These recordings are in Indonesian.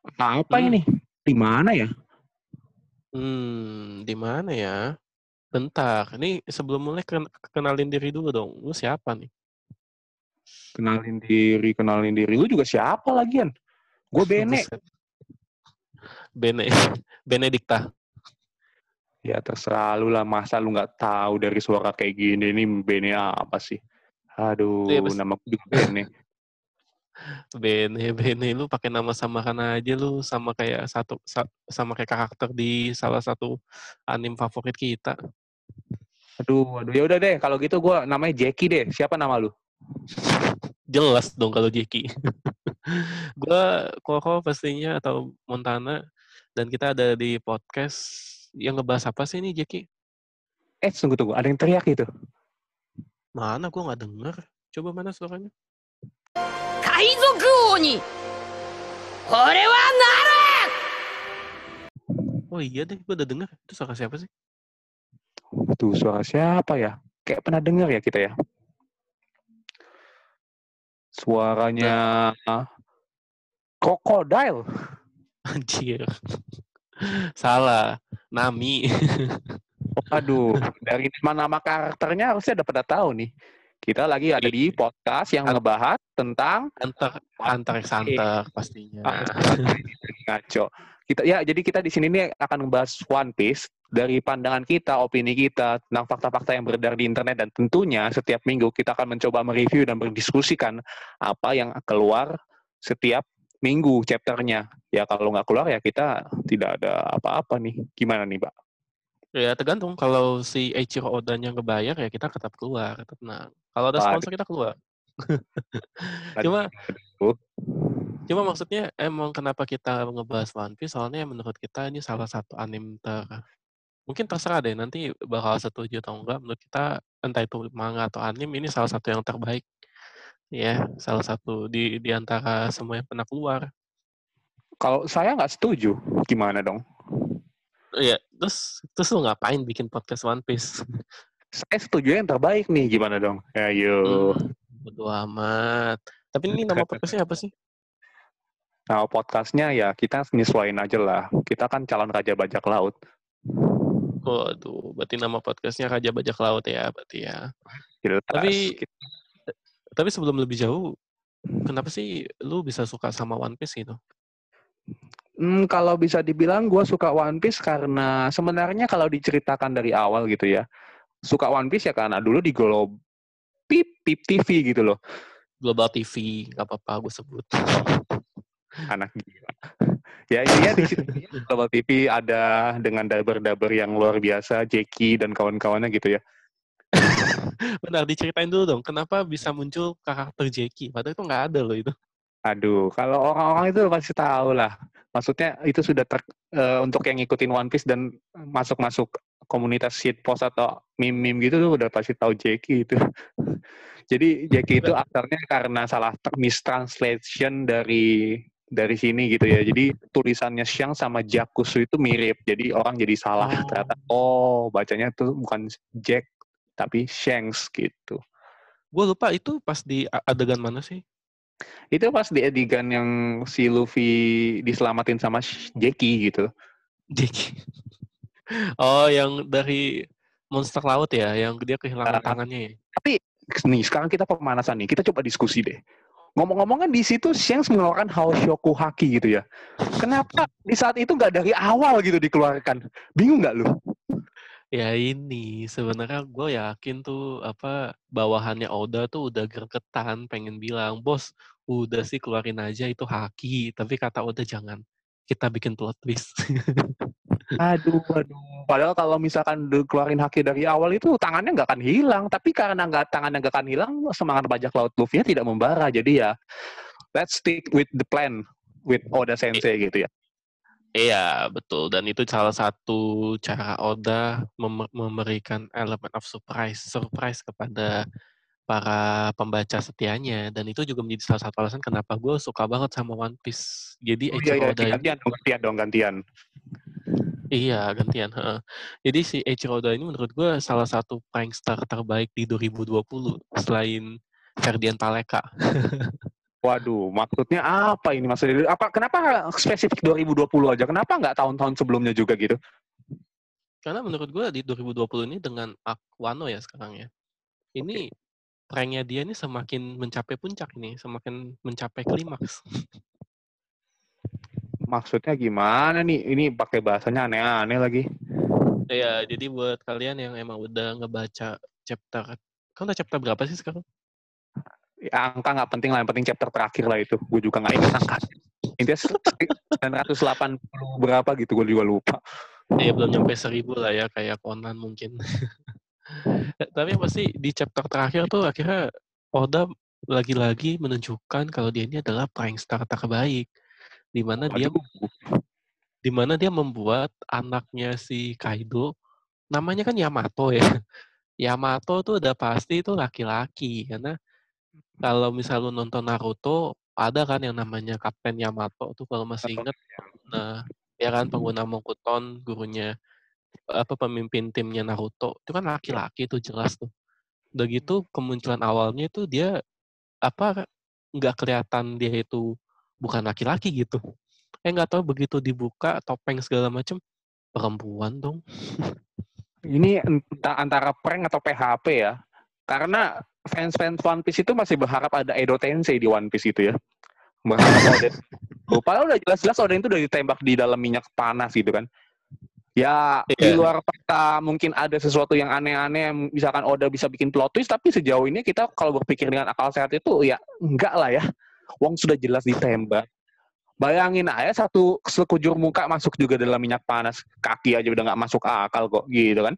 Nah, apa Hmm, ini? Di mana ya? di mana ya? Bentar, ini sebelum mulai kenalin diri dulu dong. Lu siapa nih? Kenalin diri. Lu juga siapa lagian? Gue Bene. Buset, Bene, Benedikta. Ya terserah lu lah, masa lu nggak tahu dari suara kayak gini, ini Bene apa sih? Iya, Aduh, nama gue juga Bene. Bene, lu pakai nama samaran aja lu sama kayak karakter di salah satu anime favorit kita. Aduh, ya udah deh, kalau gitu gue namanya Jackie deh. Siapa nama lu? Jelas dong kalau Jeki. Gue Koko pastinya atau Montana dan kita ada di podcast yang ngebahas apa sih nih Jeki? Tunggu, ada yang teriak itu. Mana gue nggak denger. Coba mana suaranya? 海賊王に俺はなる Oh iya deh, gue udah denger. Itu suara siapa sih? Tuh suara siapa ya? Kayak pernah dengar ya kita ya. Nah, Suaranya Crocodile. anjir. Salah. Nami. Waduh, dari nama karakternya harusnya udah pada tahu nih. Kita lagi ada di podcast yang An- ngebahas tentang antar santer pastinya. ngaco. Jadi kita di sini nih akan membahas One Piece dari pandangan kita, opini kita tentang fakta-fakta yang beredar di internet, dan tentunya setiap minggu kita akan mencoba mereview dan berdiskusikan apa yang keluar setiap minggu chapternya. Ya kalau nggak keluar ya kita tidak ada apa-apa nih. Gimana nih, Pak? Ya tergantung. Kalau si Eiichiro Oda-nya ngebayar ya kita tetap keluar. Tenang. Kalau ada Waduh, sponsor kita keluar. waduh, Cuma waduh. Cuma maksudnya emang kenapa kita ngebahas One Piece, soalnya menurut kita ini salah satu anime mungkin terserah deh nanti bakal setuju atau enggak, menurut kita entah itu manga atau anime ini salah satu yang terbaik ya, salah satu di antara semua yang pernah keluar. Kalau saya nggak setuju, gimana dong? Iya, terus lu ngapain bikin podcast One Piece? Saya setuju yang terbaik nih, gimana dong? Ayo. Bodo amat. Tapi ini nama podcastnya apa sih? Nah, podcastnya ya kita nyesuaiin aja lah. Kita kan calon raja bajak laut. Waduh, berarti nama podcastnya Raja Bajak Laut ya, berarti ya. Jelas. Tapi tapi sebelum lebih jauh, kenapa sih lu bisa suka sama One Piece gitu? Kalau bisa dibilang gue suka One Piece karena sebenarnya kalau diceritakan dari awal gitu ya, suka One Piece ya karena dulu di Pip TV gitu loh. Global TV, nggak apa-apa gue sebut. Anak gila. Ya intinya di situ Global TV ada dengan daber-daber yang luar biasa, Jackie dan kawan-kawannya gitu ya. Benar, diceritain dulu dong, kenapa bisa muncul karakter Jackie? Padahal itu nggak ada loh itu. Aduh, kalau orang-orang itu pasti tahu lah. Maksudnya itu sudah untuk yang ngikutin One Piece dan masuk-masuk komunitas shitpost atau meme-meme gitu tuh udah pasti tahu Jackie itu. Jadi Jackie itu asalnya karena salah mistranslation dari sini gitu ya. Jadi tulisannya Xiang sama Jakusu itu mirip. Jadi orang jadi salah ternyata. Oh, bacanya tuh bukan Jack tapi Shanks gitu. Gue lupa itu pas di adegan mana sih? Itu pas di adegan yang si Luffy diselamatin sama Jackie gitu. Jackie. Oh, yang dari monster laut ya, yang dia kehilangan tangannya ya. Tapi nih sekarang kita pemanasan nih. Kita coba diskusi deh. Ngomong-ngomong kan di situ Shanks mengeluarkan Haoshoku Haki gitu ya. Kenapa di saat itu nggak dari awal gitu dikeluarkan? Bingung nggak lu? Ya ini sebenarnya gue yakin tuh apa bawahannya Oda tuh udah gergetan pengen bilang, "Bos, udah sih keluarin aja itu haki." Tapi kata Oda jangan. Kita bikin plot twist. Aduh. Padahal kalau misalkan dikeluarin Haki dari awal itu tangannya nggak akan hilang. Tapi karena tangannya nggak akan hilang, semangat bajak laut Luffy tidak membara. Jadi ya, let's stick with the plan with Oda Sensei gitu ya. Iya, betul. Dan itu salah satu cara Oda memberikan elemen of surprise kepada para pembaca setianya. Dan itu juga menjadi salah satu alasan kenapa gue suka banget sama One Piece. Jadi Oh iya, Eiichiro Oda ini, gantian. iya gantian. Heeh. Jadi si Eiichiro Oda ini menurut gue salah satu prankster terbaik di 2020 selain Ferdian Paleka. Waduh, maksudnya apa ini maksudnya? Kenapa spesifik 2020 aja? Kenapa nggak tahun-tahun sebelumnya juga gitu? Karena menurut gue di 2020 ini dengan Wano ya sekarang ya. Ini pranknya dia ini semakin mencapai puncak ini, semakin mencapai klimaks. Maksudnya gimana nih? Ini pakai bahasanya aneh-aneh lagi. Ya, jadi buat kalian yang emang udah ngebaca chapter, kan udah chapter berapa sih sekarang? Ya, angka nggak penting lah, yang penting chapter terakhir lah itu. Gue juga nggak ingat angka. Intinya 980 berapa gitu, gue juga lupa. Ya belum nyampe 1000 lah ya, kayak Conan mungkin. Tapi pasti di chapter terakhir tuh akhirnya Oda lagi-lagi menunjukkan kalau dia ini adalah prankster terbaik. Di mana dia membuat anaknya si Kaido, namanya kan Yamato ya. Yamato tuh udah pasti itu laki-laki, karena kalau misal lu nonton Naruto, ada kan yang namanya Kapten Yamato tuh kalau masih inget. Nah, ya kan pengguna Mokuton, gurunya pemimpin timnya Naruto, itu kan laki-laki tuh jelas tuh. Udah gitu kemunculan awalnya itu dia nggak kelihatan dia itu bukan laki-laki gitu. Nggak tahu begitu dibuka topeng segala macam perempuan dong. Ini entah antara prank atau PHP ya. Karena fans-fans One Piece itu masih berharap ada Edo Tensei di One Piece itu ya. Berharap Oden. Padahal udah jelas-jelas Oden itu udah ditembak di dalam minyak panas gitu kan. Ya, di luar kata mungkin ada sesuatu yang aneh-aneh, misalkan Oda bisa bikin plot twist, tapi sejauh ini kita kalau berpikir dengan akal sehat itu ya enggak lah ya. Wong sudah jelas ditembak. Bayangin aja satu sekujur muka masuk juga dalam minyak panas, kaki aja udah nggak masuk akal kok, gitu kan?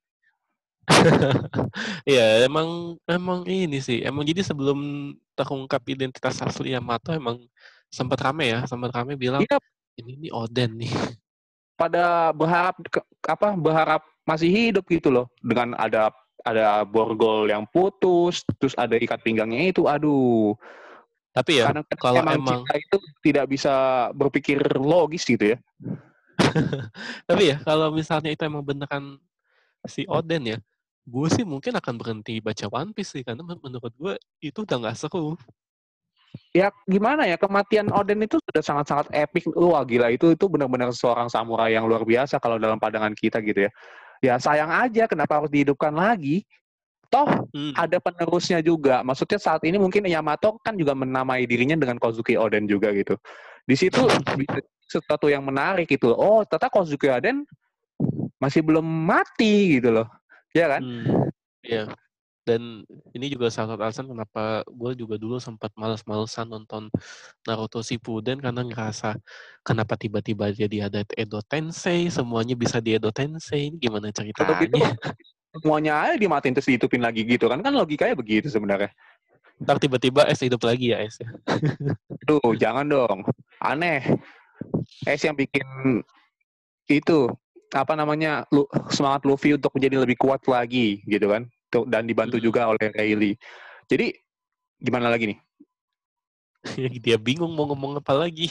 Iya, emang ini sih. Emang jadi sebelum terungkap identitas asli Yamato emang sempat rame bilang Iya, ini Oden nih. pada berharap masih hidup gitu loh, dengan ada borgol yang putus, terus ada ikat pinggangnya itu, aduh. Tapi ya Kadang-kadang kalau emang kita itu tidak bisa berpikir logis gitu ya. tapi ya kalau misalnya itu emang beneran si Oden ya, gue sih mungkin akan berhenti baca One Piece sih, karena menurut gue itu udah nggak seru. Ya gimana ya, kematian Oden itu sudah sangat-sangat epik. Wah gila, itu benar-benar seorang samurai yang luar biasa kalau dalam pandangan kita gitu ya. Ya sayang aja kenapa harus dihidupkan lagi. Toh ada penerusnya juga. Maksudnya saat ini mungkin Yamato kan juga menamai dirinya dengan Kozuki Oden juga gitu. Di situ bisa sesuatu yang menarik gitu. Oh ternyata Kozuki Oden masih belum mati gitu loh. Ya kan? Iya. Dan ini juga salah satu alasan kenapa gue juga dulu sempat males-malesan nonton Naruto Shippuden, karena ngerasa kenapa tiba-tiba jadi ada Edo Tensei, semuanya bisa di Edo Tensei, gimana Kalau gitu ceritanya? semuanya aja dimatiin terus dihidupin lagi gitu kan logikanya begitu sebenarnya. Ntar tiba-tiba hidup lagi ya ya. Tuh jangan dong, aneh. Yang bikin itu apa namanya semangat Luffy untuk menjadi lebih kuat lagi gitu kan, dan dibantu juga oleh Rayleigh. Jadi gimana lagi nih? Dia bingung mau ngomong apa lagi.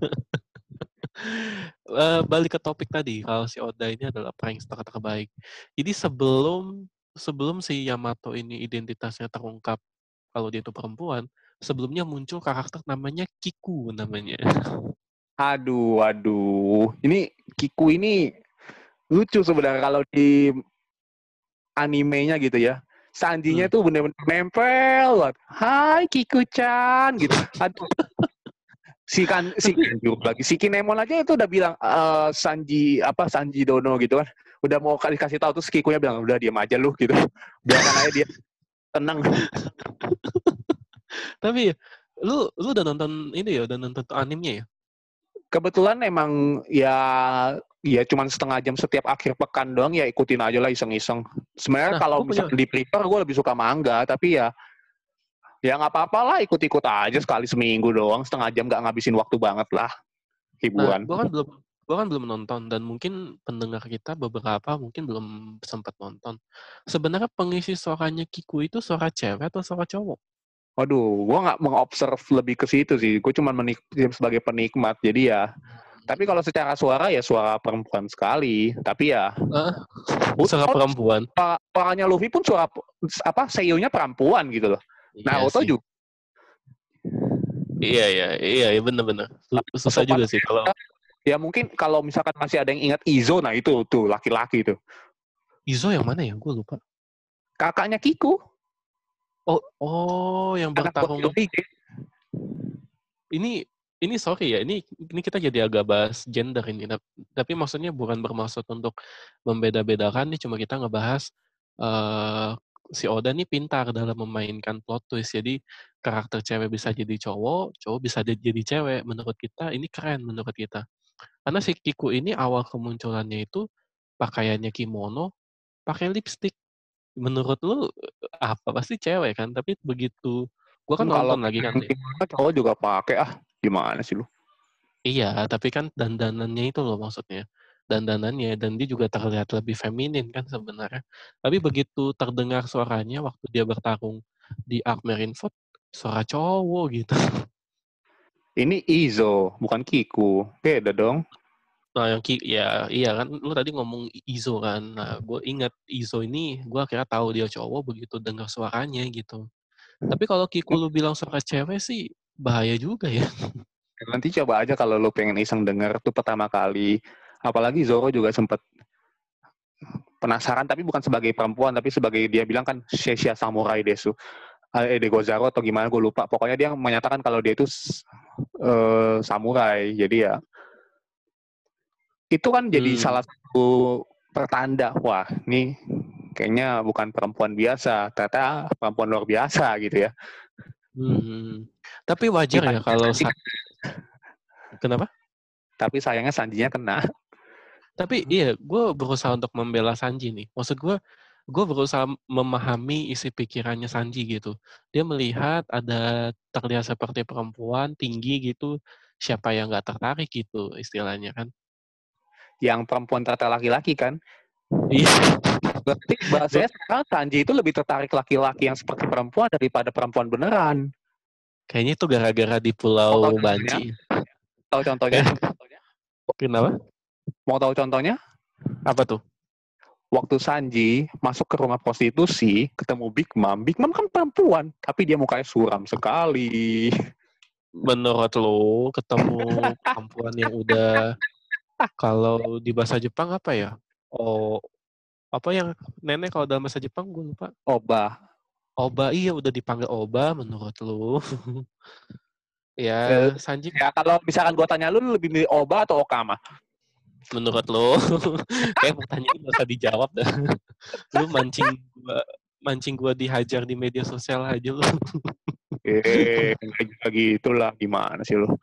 Balik ke topik tadi, kalau si Oda ini adalah prankster terbaik. Jadi sebelum si Yamato ini identitasnya terungkap kalau dia itu perempuan, sebelumnya muncul karakter namanya Kiku namanya. Aduh. Ini Kiku ini lucu sebenarnya kalau di animenya gitu ya. Sanjinya tuh bener-bener nempel banget. Hai Kiku-chan gitu. Aduh. Si Kinemon aja itu udah bilang Sanji Dono gitu kan. Udah mau kasih tahu terus Kikunya bilang udah diam aja lu gitu. Biarkan aja dia tenang. Tapi lu udah nonton ini ya, udah nonton animenya ya? Kebetulan emang ya cuman setengah jam setiap akhir pekan doang, ya ikutin aja lah iseng-iseng. Sebenarnya kalau misalnya di prefer gue lebih suka manga, tapi ya nggak apa-apa lah, ikut-ikut aja sekali seminggu doang, setengah jam nggak ngabisin waktu banget lah, hiburan. Nah, gue kan belum nonton, dan mungkin pendengar kita beberapa mungkin belum sempat nonton. Sebenarnya pengisi suaranya Kiku itu suara cewek atau suara cowok? Waduh, gue nggak mengobserv lebih ke situ sih. Gue cuma sebagai penikmat. Jadi ya, tapi kalau secara suara ya suara perempuan sekali. Tapi ya, suara perempuan. Suaranya Luffy pun suara seiyunya perempuan gitu loh. Naruto juga. Iya, bener-bener. Susah juga Sobat sih kalau ya mungkin kalau misalkan masih ada yang ingat Izo, nah itu tuh laki-laki tuh. Izo yang mana ya? Gue lupa. Kakaknya Kiku, Oh, yang anak buah bertarung. Yohige. Ini sorry ya, ini kita jadi agak bahas gender ini. Tapi maksudnya bukan bermaksud untuk membeda-bedakan, ini cuma kita ngebahas eh si Oda nih pintar dalam memainkan plot twist. Jadi karakter cewek bisa jadi cowok, cowok bisa jadi cewek. Menurut kita ini keren menurut kita. Karena si Kiku ini awal kemunculannya itu pakaiannya kimono, pakai lipstick. Menurut lu apa? Pasti cewek kan? Tapi begitu gua kan Kalau nonton lagi kan nih. cowok juga pakai gimana sih lu? Iya, tapi kan dandanannya itu loh maksudnya. Dandanannya, dan dia juga terlihat lebih feminin kan sebenarnya. Tapi begitu terdengar suaranya waktu dia bertarung di Arc Marineford, suara cowok gitu. Ini Izo, bukan Kiku. Beda dong. Nah, ya iya kan, lu tadi ngomong Izo kan. Nah, gue ingat Izo ini, gue akhirnya tahu dia cowok begitu dengar suaranya gitu. Tapi kalau Kiku lu bilang suara cewek sih, bahaya juga ya. Nanti coba aja kalau lu pengen iseng denger tuh pertama kali. Apalagi Zoro juga sempet penasaran, tapi bukan sebagai perempuan, tapi sebagai dia bilang kan Sheisha Samurai Desu. Edego Zaro atau gimana gue lupa. Pokoknya dia menyatakan kalau dia itu samurai. Jadi ya itu kan jadi salah satu pertanda, wah nih kayaknya bukan perempuan biasa, ternyata perempuan luar biasa gitu ya. Tapi wajar ya kalau kenapa? Tapi sayangnya Sanjinya kena. Tapi iya, gue berusaha untuk membela Sanji nih. Maksud gue berusaha memahami isi pikirannya Sanji gitu. Dia melihat ada terlihat seperti perempuan tinggi gitu, siapa yang nggak tertarik gitu istilahnya kan? Yang perempuan ternyata laki-laki kan. Iya. Berarti bahasanya sekarang Sanji itu lebih tertarik laki-laki yang seperti perempuan daripada perempuan beneran. Kayaknya itu gara-gara di Pulau Banci. Tahu contohnya? Kenapa? Mau tahu contohnya? Apa tuh? Waktu Sanji masuk ke rumah prostitusi, ketemu Big Mom kan perempuan, tapi dia mukanya suram sekali. Menurut lo ketemu perempuan yang udah kalau di bahasa Jepang apa ya? Oh, apa yang nenek kalau dalam bahasa Jepang gue lupa. Oba. Oba, iya udah dipanggil Oba menurut lu. Eh, Ya, Sanji ya kalau misalkan gue tanya lu lebih milih Oba atau Okama? menurut lu kayak pertanyaan ini bisa dijawab dah. Lu mancing gua dihajar di media sosial aja lu. Kayak gitulah, gimana sih lu?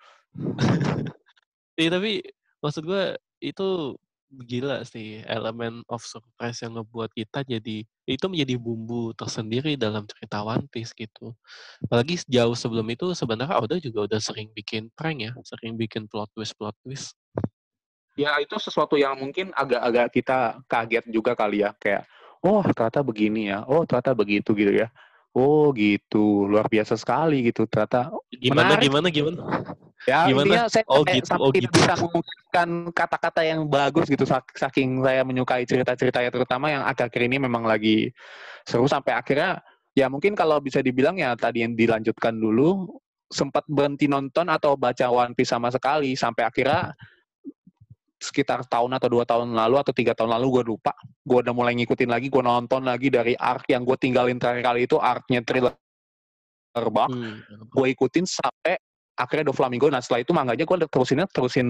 Iya, tapi maksud gua itu gila sih, elemen of surprise yang ngebuat kita jadi itu menjadi bumbu tersendiri dalam cerita One Piece gitu. Apalagi jauh sebelum itu sebenarnya Oda juga udah sering bikin prank ya, sering bikin plot twist. Ya itu sesuatu yang mungkin agak-agak kita kaget juga kali ya, kayak oh ternyata begini ya, oh ternyata begitu gitu ya, oh gitu, luar biasa sekali gitu, ternyata Gimana menarik. gimana? Ya Gimana? intinya saya Oh gitu, sampai oh tidak gitu. bisa mengungkapkan kata-kata yang bagus gitu, saking saya menyukai cerita-ceritanya, terutama yang akhir-akhir ini memang lagi seru sampai akhirnya ya mungkin kalau bisa dibilang ya tadi yang dilanjutkan dulu sempat berhenti nonton atau baca One Piece sama sekali sampai akhirnya sekitar tahun atau 2 tahun lalu atau 3 tahun lalu gue lupa, gue udah mulai ngikutin lagi, gue nonton lagi dari arc yang gue tinggalin terakhir kali itu arc-nya Thriller Bark, gue ikutin sampai akhirnya Doflamingo. Nah setelah itu manganya gue terusin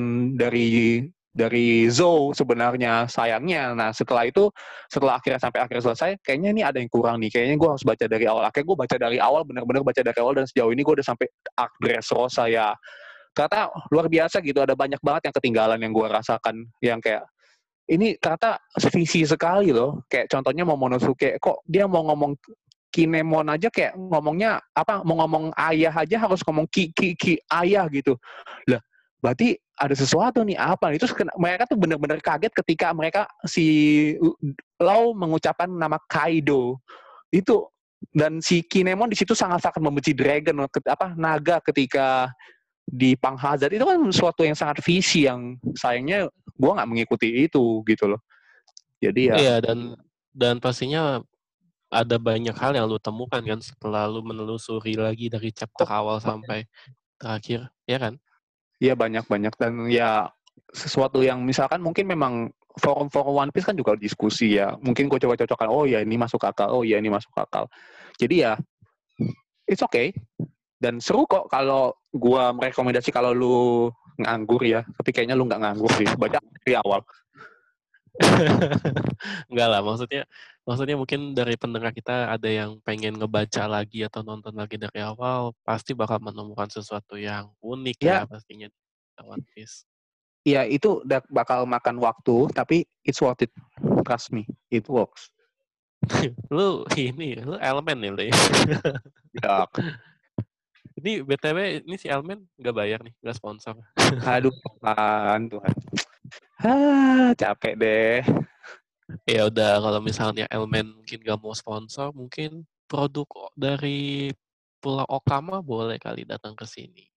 dari Zou sebenarnya, sayangnya. Nah setelah itu, setelah akhirnya sampai akhir selesai, kayaknya ini ada yang kurang nih, kayaknya gue harus baca dari awal. Akhirnya gue baca dari awal, benar-benar baca dari awal, dan sejauh ini gue udah sampai arc Dressrosa ya. Ternyata luar biasa gitu, ada banyak banget yang ketinggalan yang gue rasakan, yang kayak ini ternyata visi sekali loh. Kayak contohnya Momonosuke, kok dia mau ngomong Kinemon aja kayak ngomongnya apa, mau ngomong ayah aja harus ngomong ki ayah gitu. Lah, berarti ada sesuatu nih, apa itu, mereka tuh benar-benar kaget ketika mereka si Lau mengucapkan nama Kaido itu, dan si Kinemon di situ sangat-sangat membenci dragon naga ketika di Pang Hazard. Itu kan sesuatu yang sangat visi, yang sayangnya gue nggak mengikuti itu gitu loh. Jadi ya Iya, dan pastinya ada banyak hal yang lu temukan kan setelah lu menelusuri lagi dari chapter awal sampai terakhir, ya kan? Iya banyak-banyak dan ya sesuatu yang misalkan mungkin memang forum-forum One Piece kan juga diskusi ya. Mungkin gue coba cocokkan, oh ya ini masuk akal, oh ya ini masuk akal. Jadi ya it's okay. Dan seru kok kalau gua merekomendasi kalau lu nganggur ya. Tapi kayaknya lu nggak nganggur sih. Baca dari awal. Enggak lah, maksudnya mungkin dari pendengar kita ada yang pengen ngebaca lagi atau nonton lagi dari awal, pasti bakal menemukan sesuatu yang unik ya Ya, pastinya di One Piece. ya itu bakal makan waktu, tapi it's worth it. Trust me, it works. Lu elemen nih lu ya. Ya, Ini BTW, ini si Elmen nggak bayar nih, nggak sponsor. aduh, Tuhan. Capek deh. Ya udah, kalau misalnya Elmen mungkin nggak mau sponsor, mungkin produk dari Pulau Okama boleh kali datang ke sini.